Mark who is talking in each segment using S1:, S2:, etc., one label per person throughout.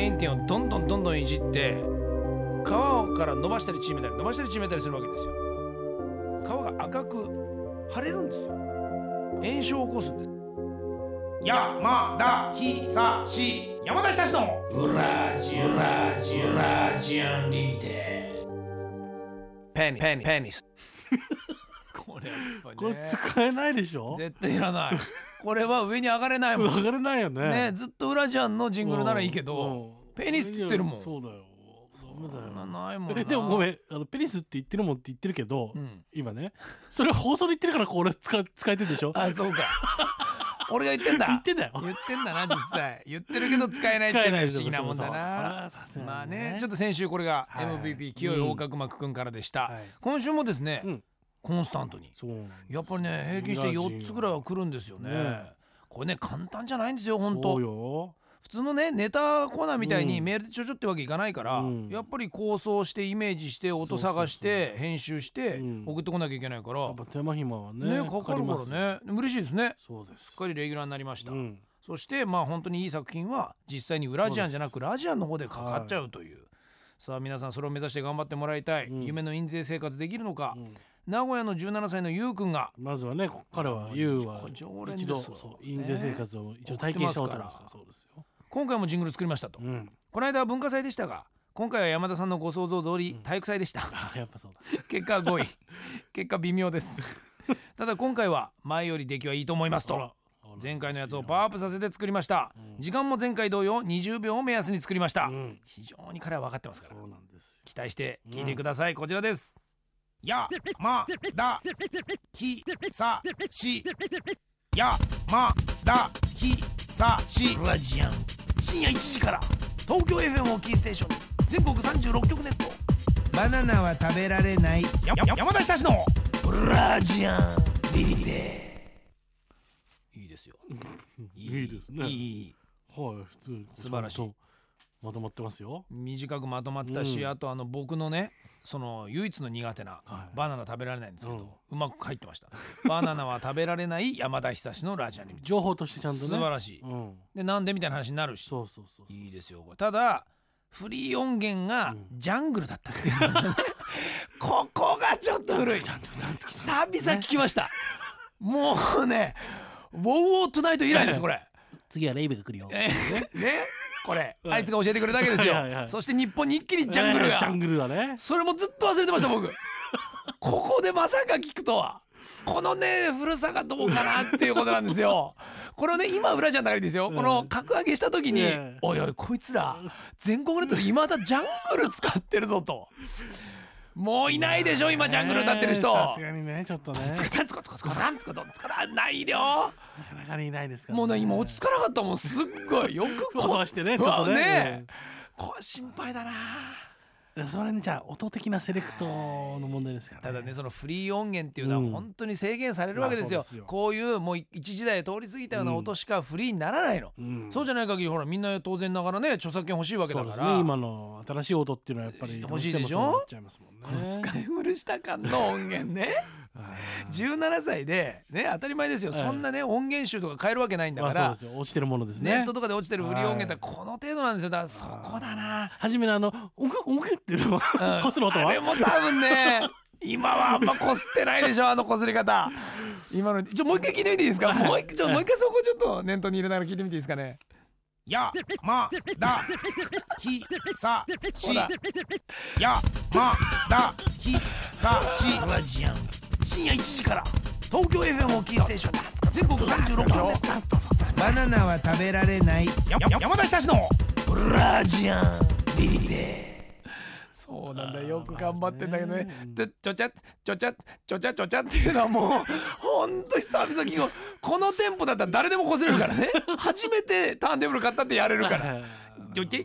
S1: インテンをどんどんいじって皮から伸ばしたり縮めたりするわけですよ。皮が赤く腫れるんですよ。炎症を起こすんです。山田久志、山田久志のウラジアンリミテッドペニスこれ
S2: 使えないでしょ。
S1: 絶対いらない。これは上に上がれないもん。
S2: 上がれないよね。
S1: ずっとウラジアンのジングルならいいけど、ペニスって言ってるもん。
S2: そうだよ。ダメだよ。
S1: ないもんな。
S2: でもごめん、ペニスって言ってるもんって言ってるけど、今ね、それは放送で言ってるからこれ使えてるでしょ。
S1: あ、そうか。俺が言ってんだ。
S2: 言ってんだよ。
S1: 言ってんだな、実際。言ってるけど使えないっていうのは不思議なもんだな。まあね、ちょっと先週これが MVP 清い横隔膜くんからでした。今週もですね、コンスタントにやっぱりね、平均して4つぐらいは来るんですよね。これね、簡単じゃないんですよ、本当。
S2: そうよ。
S1: 普通のね、ネタコーナーみたいにメールでちょってわけいかないから、やっぱり構想してイメージして音探して編集して送ってこなきゃいけないから、やっ
S2: ぱ手間暇はね
S1: かかるからね、嬉しいですね。
S2: そうです。
S1: すっかりレギュラーになりました。そしてまあ本当にいい作品は実際にウラジアンじゃなくラジアンの方でかかっちゃうという。さあ皆さん、それを目指して頑張ってもらいたい。夢の印税生活できるのか。名古屋の17歳のゆうくんが、
S2: まずはね、彼はゆうは一度印税生活を一応体験したことありますから。そうですよ。今
S1: 回もジングル作りましたと。この間は文化祭でしたが、今回は山田さんのご想像通り体育祭でした。
S2: やっぱそうだ。
S1: 結果は5位。結果微妙です。ただ今回は前より出来はいいと思いますと。前回のやつをパワーアップさせて作りました。時間も前回同様20秒を目安に作りました。非常に彼は分かってますから、期待して聞いてください。こちらです。やまだひさし、やまだひさしラジアン、深夜1時から東京 FM をキーステーションに全国36局ネット。バナナは食べられない山田久志のラジアンリリテ。いいですよ。
S2: いいですね。
S1: いい。
S2: はい、普通
S1: 素晴らしい。
S2: まとまってますよ。
S1: 短くまとまってたし、あと僕のね、その唯一の苦手なバナナ食べられないんですけど、うまく入ってました。バナナは食べられない山田久志のラジアンリミテッド。
S2: 情報としてちゃんとね、
S1: 素晴らしい。で、なんでみたいな話になるし、
S2: そう
S1: いいですよ。ただフリー音源がジャングルだったっていうここがちょっと古い。久々聞きました。もうね、ウォーウォートゥナイト以来です。これ
S2: 次はレイブが来るよ。ね、
S1: これあいつが教えてくれただけですよ。そして日本に一気にジャングルが、それもずっと忘れてました僕。ここでまさか聞くとは。このね、古さがどうかなっていうことなんですよ。これをね、今裏じゃないですよ。この格上げした時に、おいおいこいつら全国ネットで今だジャングル使ってるぞと。もういないでしょ今ジャングル歌ってる人。
S2: さすがにね、ちょっとね、
S1: つかないでよ。
S2: なかなかにいないですから、
S1: もうね、今落ち着かなかったもん。すっごいよく
S2: 壊してね、ちょっとね、
S1: これ心配だな。
S2: それね、じゃあ音的なセレクトの問題ですからね。
S1: ただね、そのフリー音源っていうのは本当に制限されるわけですよ。こういうもう一時代通り過ぎたような音しかフリーにならないの。そうじゃない限りほらみんな当然ながらね、著作権欲しいわけだから。
S2: そうですね、今の新しい音っていうのはやっぱり
S1: 欲しいでしょ。使い古した感の音源ね。17歳でね、当たり前ですよ。そんなね、音源集とか変えるわけないんだから。
S2: そうですよ、落ちてるものですね。
S1: ネットとかで落ちてるフリー音源ってこの程度なんですよ。だからそこだな。
S2: 初めの音楽っていうのはこする音は、
S1: あれも多分ね、今はあんまこすってないでしょ、こすり方。今のもう一回聞いてみていいですか。もう一回そこちょっと念頭に入れながら聞いてみていいですかね。やまだひさし、やまだひさしラジアン、深夜1時から東京 FM をキーステーション全国36キロ。バナナは食べられない山田久志のラジアンリリテ。そうなんだ、よく頑張ってんだけどね。ちょちゃっていうのはもうほんと久々にこのテンポだったら誰でもこすれるからね。初めてターンテーブル買ったってやれるから。ちょち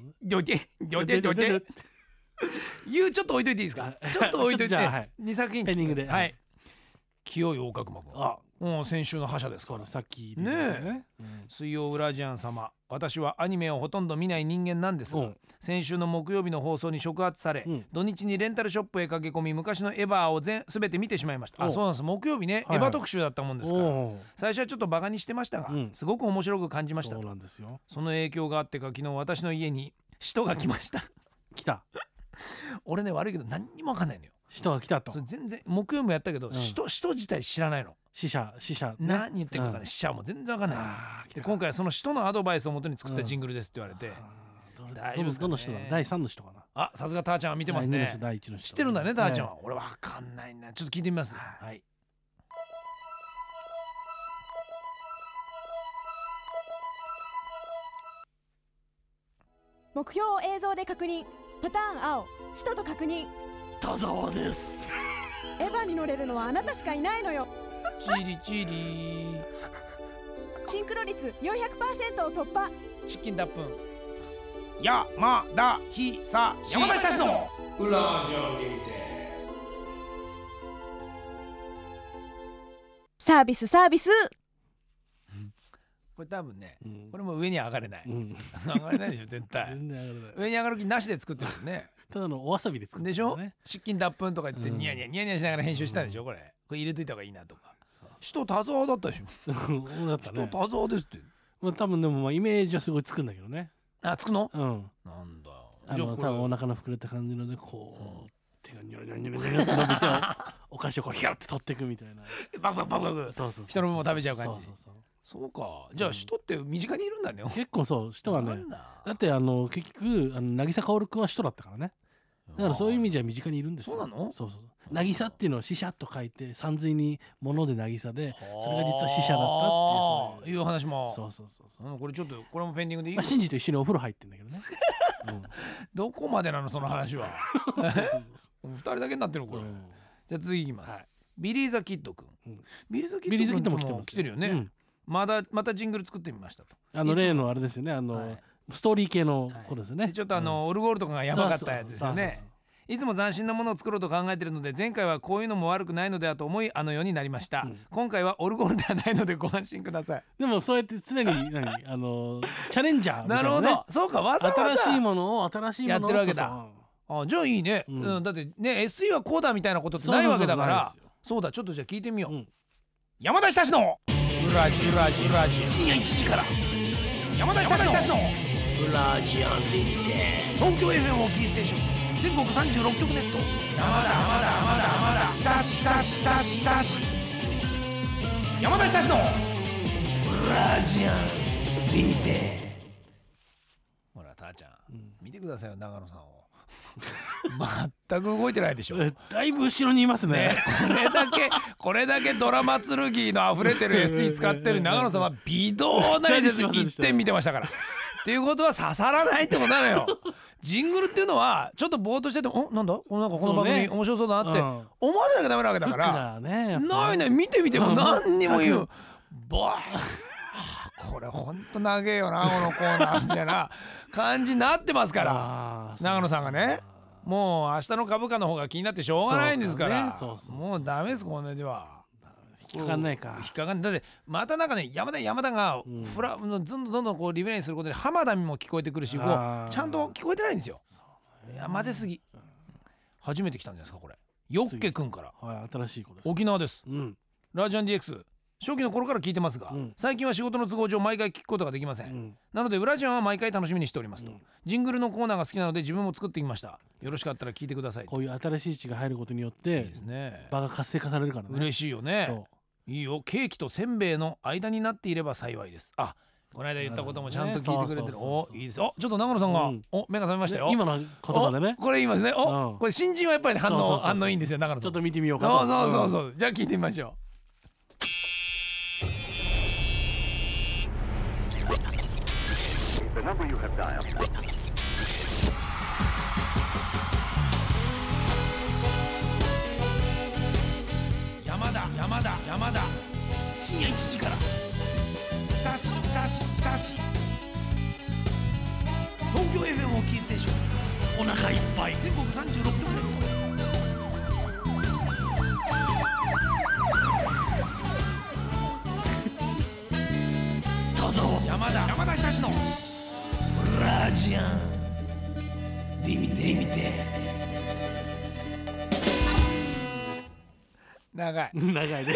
S1: ょっと置いといていいですか。ちょっと置いといて2作品
S2: ペンディングで。はい。
S1: 清い横隔膜。もう先週の覇者ですから。
S2: さっき
S1: ね。水曜ウラジアン様、私はアニメをほとんど見ない人間なんですが、先週の木曜日の放送に触発され、土日にレンタルショップへ駆け込み昔のエヴァを全て見てしまいました。そうなんです。木曜日ね、エヴァ特集だったもんですから、最初はちょっとバカにしてましたが、すごく面白く感じました。
S2: そうなんですよ。
S1: その影響があってか、昨日私の家に使徒が来ました
S2: 来た。
S1: 俺ね悪いけど何にも分かんないのよ。
S2: 使徒が来たと。
S1: それ全然木曜もやったけど、使徒自体知らないの。
S2: 死者、ね、
S1: 何言ってるか分かんない、死者も全然分かんない。で今回はその使徒のアドバイスをもとに作ったジングルですって言われて、どの人だろう。第3の人かな。 あ、さすがターちゃんは見てますね。
S2: 第1の人
S1: 知ってるんだねターちゃんは。俺分かんないな。ちょっと聞いてみます。はい。
S3: 目標を映像で確認。パターン青、使徒と確認。
S2: 田沢です。
S3: エヴァに乗れるのはあなたしかいないのよ。
S1: チリチリ。
S3: シンクロ率 400% を突破。
S1: 失禁脱粉。やまだひさ山田久志のウラジオにて。
S3: サービス
S1: これ多分ね、これも上に上がれない、上がれないでしょ絶対。
S2: 全然上がれない。
S1: 上に上がる気なしで作ってるよね。
S2: ただのお遊びで作ってる、ね、
S1: でしょ。失禁脱粉とか言ってニヤニヤしながら編集したんでしょ。これ入れといた方がいいなとか。使徒田沢だったでしょ。
S2: だったね。
S1: 使徒田沢ですって。
S2: まあ多分でもイメージはすごいつくんだけどね。
S1: あ、つくの？
S2: なん
S1: だ。
S2: 多分お腹の膨れた感じのでこう、手がニョロニョロニョロニョロって伸びてお菓子をこうヒャって取っていくみたいな。
S1: バクバクバクバク。そう人の分も食べちゃう感じ。そうか。じゃあ使徒って身近にいるんだね。
S2: 結構そう使徒はね。だって結局渚薫君は使徒だったからね。だからそういう意味じゃ身近にいるんですよ。
S1: そうなの？
S2: そう渚っていうのを死者と書いて山水に物で渚で、それが実は死者だったっていう
S1: 話も。
S2: そう
S1: これちょっとこれもペンディングでいい？
S2: まあシンジと一緒にお風呂入ってんだけどね。
S1: どこまでなのその話は。2人だけになってるこれ。じゃあ次いきます。ビリー・ザ・キッド君。ビリー・ザ・キッド君も来てるよね。またジングル作ってみましたと。
S2: 例のあれですよね。ストーリー系のことですよね。
S1: ちょっとオルゴールとかがやばかったやつですよね。いつも斬新なものを作ろうと考えているので、前回はこういうのも悪くないのではと思いあのようになりました、今回はオルゴールではないのでご安心ください。
S2: でもそうやって常にチャレンジャーみたいな、ね、
S1: なるほど。そうか、わざわざ
S2: 新しいものを
S1: やってるわけだ。じゃあいいね、だってね SE はこうだみたいなことってないわけだから。そうだ、ちょっとじゃあ聞いてみよう、山田久志のウラジ深夜1時から山田久志のウラジアンリミテ東京 FM をキーステーション全国36局ネット。山田久志山田久志のウラジアンリミテ。ほらターちゃん、見てくださいよ長野さんを。全く動いてないでしょ。
S2: だいぶ後ろにいますね。
S1: これだけドラマ剣の溢れてる SE 使ってる長野さんは微動ないです。一点見てましたから。っていうことは刺さらないってことなのよ。ジングルっていうのはちょっとぼーっとしててもなんだこの番組面白そうだなって思わせなきゃダメなわけだから。ない見てみても何にも言う。これほんと長えよなこのコーナーみたいな感じになってますから長野さんがね、もう明日の株価の方が気になってしょうがないんですから、もうダメです。これでは
S2: 引っかかんないか。
S1: 引っかかんない。だってまたなんかね山田がどんどんこうリベレイすることで浜田も聞こえてくるし、こうちゃんと聞こえてないんですよ。いや混ぜすぎ。初めて来たんじゃないですかこれ。ヨッケくんから。
S2: 新しい子です。
S1: 沖縄です。ラジアン DX初期の頃から聞いてますが、最近は仕事の都合上毎回聞くことができません、なのでウラジアンは毎回楽しみにしておりますと、ジングルのコーナーが好きなので自分も作ってみました。よろしかったら聞いてください。
S2: こういう新しい血が入ることによって場が活性化されるからね。
S1: 嬉しいよね。いいよ。ケーキとせんべいの間になっていれば幸いです。あ、この間言ったこともちゃんと聞いてくれてる。いいですよ。ちょっと長野さんが目が覚めましたよ。
S2: 今の言葉でね。
S1: これ言いますね。これ新人はやっぱり反応いいんですよ長野さん。
S2: ちょっと見てみようかな。
S1: そうじゃあ聞いてみましょう。The number you have dialed. 山田深夜1時から久し東京 FM をキーステーションお腹いっぱい全国36局ネット。どうぞ山田久志のラジアンリミテ長い
S2: で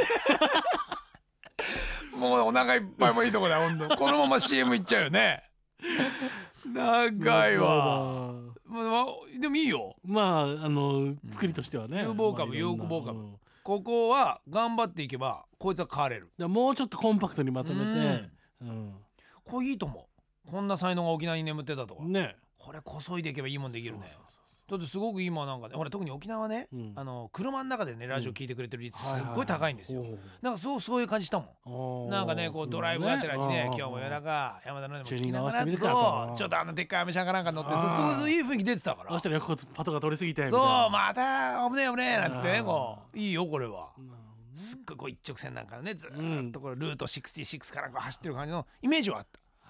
S1: もうお腹いっぱいもいいとこだよほんと。このまま CM いっちゃうよね。 長いわ。でもいいよ。
S2: 作りとしてはね。
S1: 有望株、有望株。ここは頑張っていけばこいつは変われる。
S2: もうちょっとコンパクトにまとめて、
S1: これいいと思う。こんな才能が沖縄に眠ってたとか
S2: ね。
S1: これこそいでいけばいいもんできるね。だってすごく今なんかね、ほら特に沖縄ね、車の中でねラジオ聞いてくれてる率すっごい高いんですよ。なんかそういう感じしたもん。なんかねこうドライブやってらにね、今日も夜中山田のでも聞きながらちょっとでっかいアメ車かなんか乗ってそういう雰囲気出てたから。
S2: そしたらパトが通り過ぎて。
S1: そうまた危ねえなんてね、こういいよこれは。すっごいこう一直線なんかねずっとこれルート66からこう走ってる感じのイメージはあった。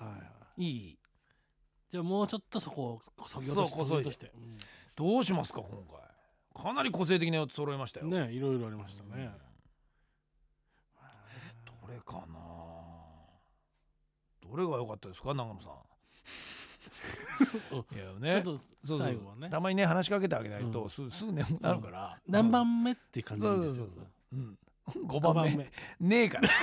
S1: いい。
S2: じゃあもうちょっとそこをこそぎ落として。
S1: どうしますか今回。かなり個性的なやつ揃えましたよ
S2: ね。いろいろありましたね。
S1: どれかな。どれが良かったですか長野さん。いやね。そう最後はね。たまにね話しかけてあげないとすぐ眠くなるから。
S2: 何番目っていう感じですよ。
S1: 5番目ねえから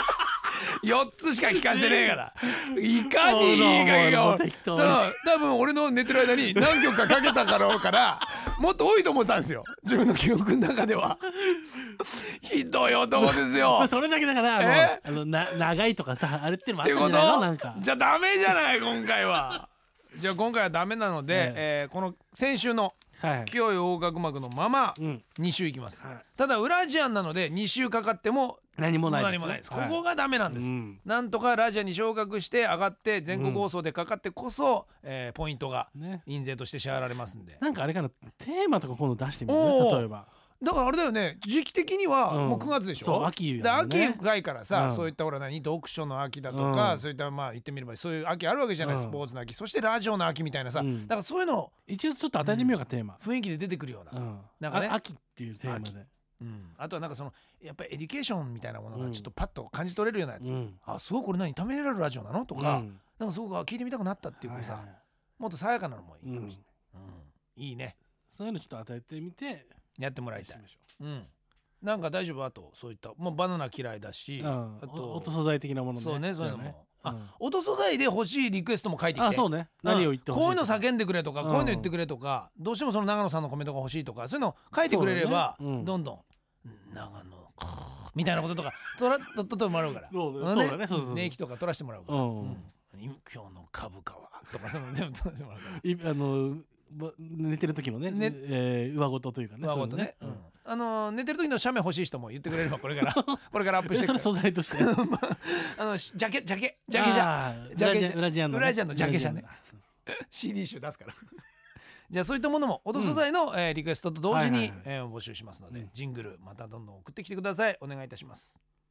S1: 4つしか聞かせてねえからいかにいいかよ。多分俺の寝てる間に何曲かかけたからもっと多いと思ったんですよ自分の記憶の中では。ひどい男ですよ。
S2: それだけだから長いとかさあれってのもあったんじゃないの。なんか
S1: じゃあダメじゃない今回は。じゃあ今回はダメなので、この先週の清い横隔膜のまま2週いきます。ただウラジアンなので2週かかっても
S2: 何もない
S1: です。ここがダメなんです。なんとかラジアンに昇格して上がって全国放送でかかってこそポイントが印税として支払われますんで。
S2: なんかあれかなテーマとか今度出してみる。例えば
S1: だからあれだよね時期的にはもう9月でしょ。
S2: そう秋
S1: だ秋深いからさそういったほら読書の秋だとかそういったまあ言ってみればそういう秋あるわけじゃない。スポーツの秋そしてラジオの秋みたいなさだからそういうの
S2: 一応ちょっと与えてみようかテーマ
S1: 雰囲気で出てくるようななんかね
S2: 秋っていうテーマで
S1: あとはなんかそのやっぱりエデュケーションみたいなものがちょっとパッと感じ取れるようなやつ。あすごいこれ何ためられるラジオなのとかなんかすごく聞いてみたくなったっていうさもっと爽やかなのもいいかもしれない。いいね。
S2: そういうのちょっと与えてみて
S1: やってもらいたい。なんか大丈夫。あとそういったもうバナナ嫌いだし
S2: あと音素材的なものね。
S1: そうねそういうのも音素材で欲しいリクエストも書いてきて。
S2: そうね何を言ってほしい
S1: こういうの叫んでくれとかこういうの言ってくれとかどうしてもその長野さんのコメントが欲しいとかそういうの書いてくれればどんどん長野みたいなこととか取ってもらうから。そうだね値息とか取らせてもらうから今日の株価はとかそういうの全部取らせてもらうから。
S2: 寝てる時のね上ごとというかね。
S1: 上ごとね。寝てる時の写メ欲しい人も言ってくれればこれからアップして
S2: それ素材としてジ
S1: ャケ写
S2: ウラジアン
S1: のジャケ写ねCD 集出すからじゃあそういったものも音素材のリクエストと同時に募集しますのでジングルまたどんどん送ってきてください。お願いいたします。